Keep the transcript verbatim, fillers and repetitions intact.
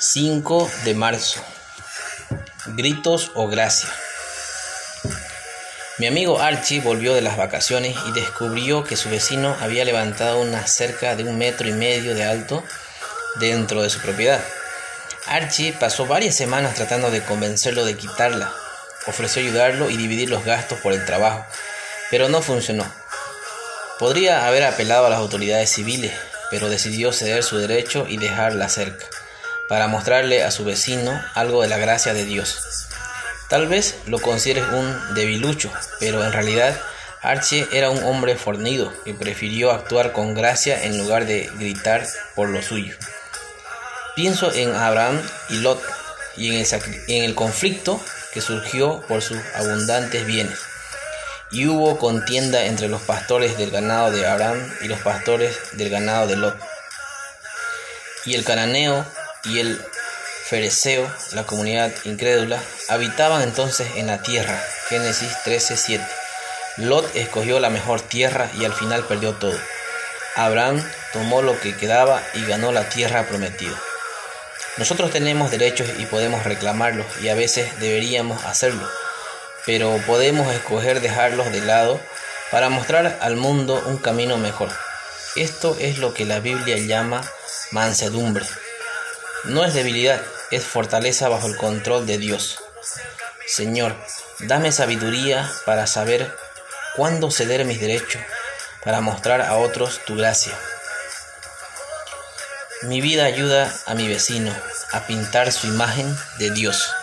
cinco de marzo. Gritos o gracia. Mi amigo Archie volvió de las vacaciones y descubrió que su vecino había levantado una cerca de un metro y medio de alto dentro de su propiedad. Archie pasó varias semanas tratando de convencerlo de quitarla. Ofreció ayudarlo y dividir los gastos por el trabajo, pero no funcionó. Podría haber apelado a las autoridades civiles, pero decidió ceder su derecho y dejar la cerca, para mostrarle a su vecino algo de la gracia de Dios. Tal vez lo consideres un debilucho, pero en realidad Archie era un hombre fornido que prefirió actuar con gracia en lugar de gritar por lo suyo. Pienso en Abraham y Lot y en el, en el conflicto que surgió por sus abundantes bienes. Y hubo contienda entre los pastores del ganado de Abraham y los pastores del ganado de Lot. Y el cananeo y el fereceo, la comunidad incrédula, habitaban entonces en la tierra. Génesis trece siete. Lot escogió la mejor tierra y al final perdió todo. Abraham tomó lo que quedaba y ganó la tierra prometida. Nosotros tenemos derechos y podemos reclamarlos, y a veces deberíamos hacerlo, pero podemos escoger dejarlos de lado para mostrar al mundo un camino mejor. Esto es lo que la Biblia llama mansedumbre. No es debilidad, es fortaleza bajo el control de Dios. Señor, dame sabiduría para saber cuándo ceder mis derechos, para mostrar a otros tu gracia. Mi vida ayuda a mi vecino a pintar su imagen de Dios.